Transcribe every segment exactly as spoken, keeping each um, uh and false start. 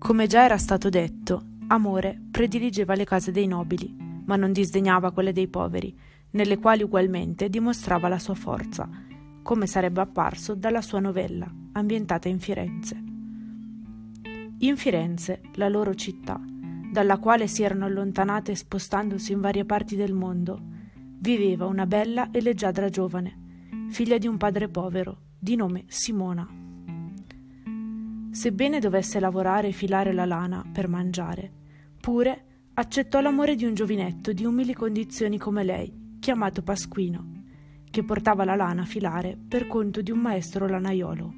Come già era stato detto, Amore prediligeva le case dei nobili, ma non disdegnava quelle dei poveri, nelle quali ugualmente dimostrava la sua forza, come sarebbe apparso dalla sua novella, ambientata in Firenze. In Firenze, la loro città, dalla quale si erano allontanate spostandosi in varie parti del mondo, viveva una bella e leggiadra giovane, figlia di un padre povero, di nome Simona. Sebbene dovesse lavorare e filare la lana per mangiare, pure accettò l'amore di un giovinetto di umili condizioni come lei, chiamato Pasquino, che portava la lana a filare per conto di un maestro lanaiolo.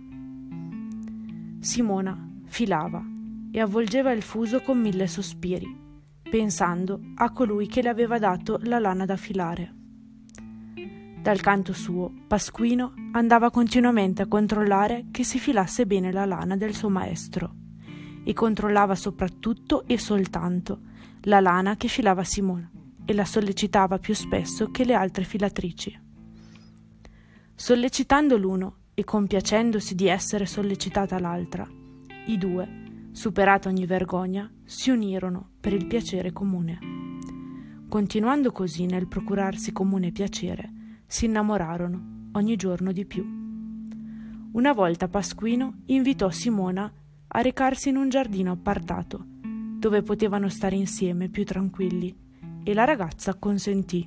Simona filava e avvolgeva il fuso con mille sospiri, pensando a colui che le aveva dato la lana da filare. Dal canto suo, Pasquino andava continuamente a controllare che si filasse bene la lana del suo maestro e controllava soprattutto e soltanto la lana che filava Simona e la sollecitava più spesso che le altre filatrici. Sollecitando l'uno e compiacendosi di essere sollecitata l'altra, i due, superata ogni vergogna, si unirono per il piacere comune. Continuando così nel procurarsi comune piacere, si innamorarono ogni giorno di più. Una volta Pasquino invitò Simona a recarsi in un giardino appartato, dove potevano stare insieme più tranquilli, e la ragazza consentì.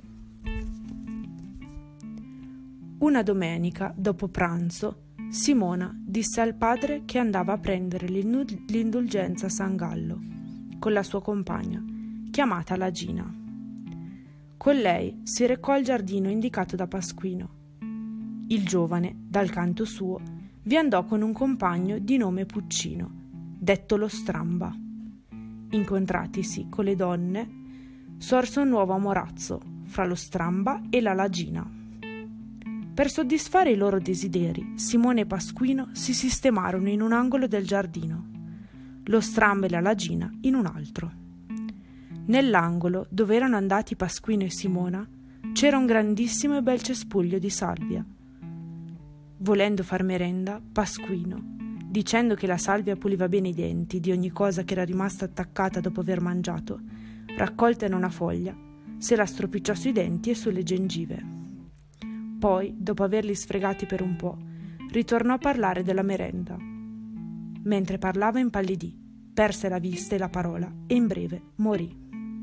Una domenica, dopo pranzo, Simona disse al padre che andava a prendere l'indulgenza a San Gallo con la sua compagna, chiamata Lagina. Con lei si recò al giardino indicato da Pasquino. Il giovane, dal canto suo, vi andò con un compagno di nome Puccino, detto lo Stramba. Incontratisi con le donne, sorse un nuovo amorazzo fra lo Stramba e la Lagina. Per soddisfare i loro desideri, Simone e Pasquino si sistemarono in un angolo del giardino, lo Stramba e la Lagina in un altro. Nell'angolo dove erano andati Pasquino e Simona c'era un grandissimo e bel cespuglio di salvia. Volendo far merenda, Pasquino, dicendo che la salvia puliva bene i denti di ogni cosa che era rimasta attaccata dopo aver mangiato, raccolta in una foglia, se la stropicciò sui denti e sulle gengive. Poi, dopo averli sfregati per un po', ritornò a parlare della merenda. Mentre parlava impallidì, perse la vista e la parola e in breve morì.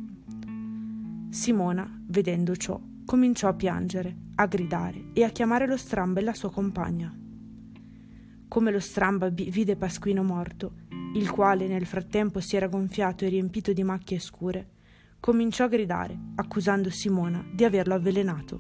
Simona, vedendo ciò, cominciò a piangere, a gridare e a chiamare lo Stramba e la sua compagna. Come lo Stramba vide Pasquino morto, il quale nel frattempo si era gonfiato e riempito di macchie scure, cominciò a gridare, accusando Simona di averlo avvelenato.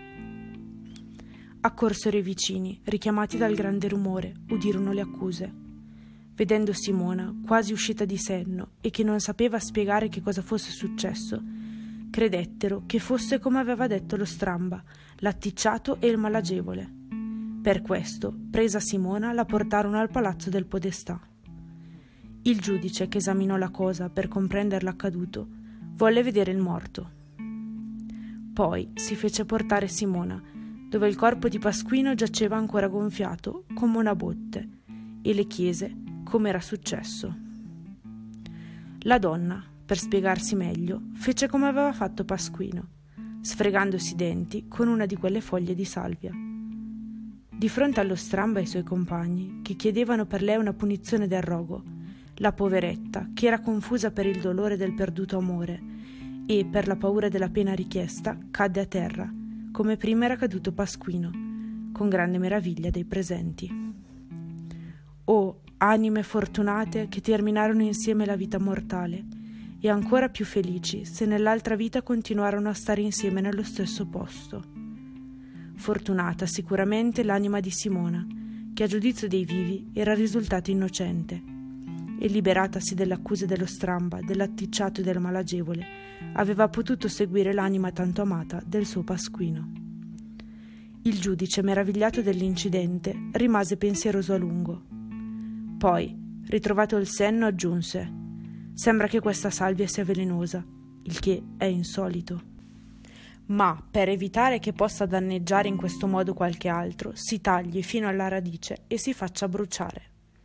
Accorsero i vicini, richiamati dal grande rumore, udirono le accuse. Vedendo Simona, quasi uscita di senno e che non sapeva spiegare che cosa fosse successo, credettero che fosse come aveva detto lo Stramba, l'atticciato e il malagevole. Per questo, presa Simona, la portarono al palazzo del podestà. Il giudice, che esaminò la cosa per comprendere l'accaduto, volle vedere il morto. Poi si fece portare Simona, dove il corpo di Pasquino giaceva ancora gonfiato come una botte, e le chiese come era successo. La donna, per spiegarsi meglio, fece come aveva fatto Pasquino, sfregandosi i denti con una di quelle foglie di salvia. Di fronte allo Stramba e ai suoi compagni, che chiedevano per lei una punizione del rogo, la poveretta, che era confusa per il dolore del perduto amore e per la paura della pena richiesta, cadde a terra, come prima era caduto Pasquino, con grande meraviglia dei presenti. Oh, anime fortunate che terminarono insieme la vita mortale, e ancora più felici se nell'altra vita continuarono a stare insieme nello stesso posto. Fortunata sicuramente l'anima di Simona, che a giudizio dei vivi era risultata innocente, e liberatasi delle accuse dello Stramba, dell'atticciato e del malagevole, aveva potuto seguire l'anima tanto amata del suo Pasquino. Il giudice, meravigliato dell'incidente, rimase pensieroso a lungo. Poi, ritrovato il senno, aggiunse: «Sembra che questa salvia sia velenosa, il che è insolito. Ma, per evitare che possa danneggiare in questo modo qualche altro, si tagli fino alla radice e si faccia bruciare.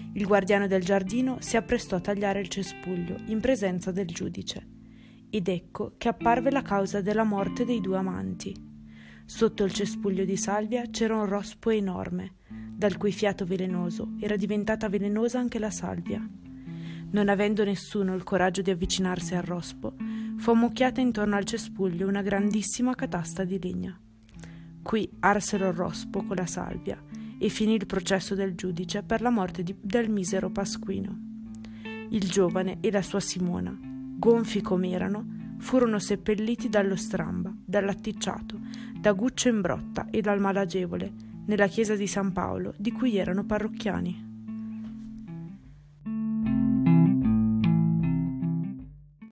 Il guardiano del giardino si apprestò a tagliare il cespuglio in presenza del giudice, ed ecco che apparve la causa della morte dei due amanti. Sotto il cespuglio di salvia c'era un rospo enorme, dal cui fiato velenoso era diventata velenosa anche la salvia. Non avendo nessuno il coraggio di avvicinarsi al rospo, fu ammucchiata intorno al cespuglio una grandissima catasta di legna. Qui arsero il rospo con la salvia e finì il processo del giudice per la morte di, del misero Pasquino. Il giovane e la sua Simona, gonfi com'erano, furono seppelliti dallo Stramba, dall'Atticciato, da Guccio Imbrotta e dal Malagevole, nella chiesa di San Paolo, di cui erano parrocchiani.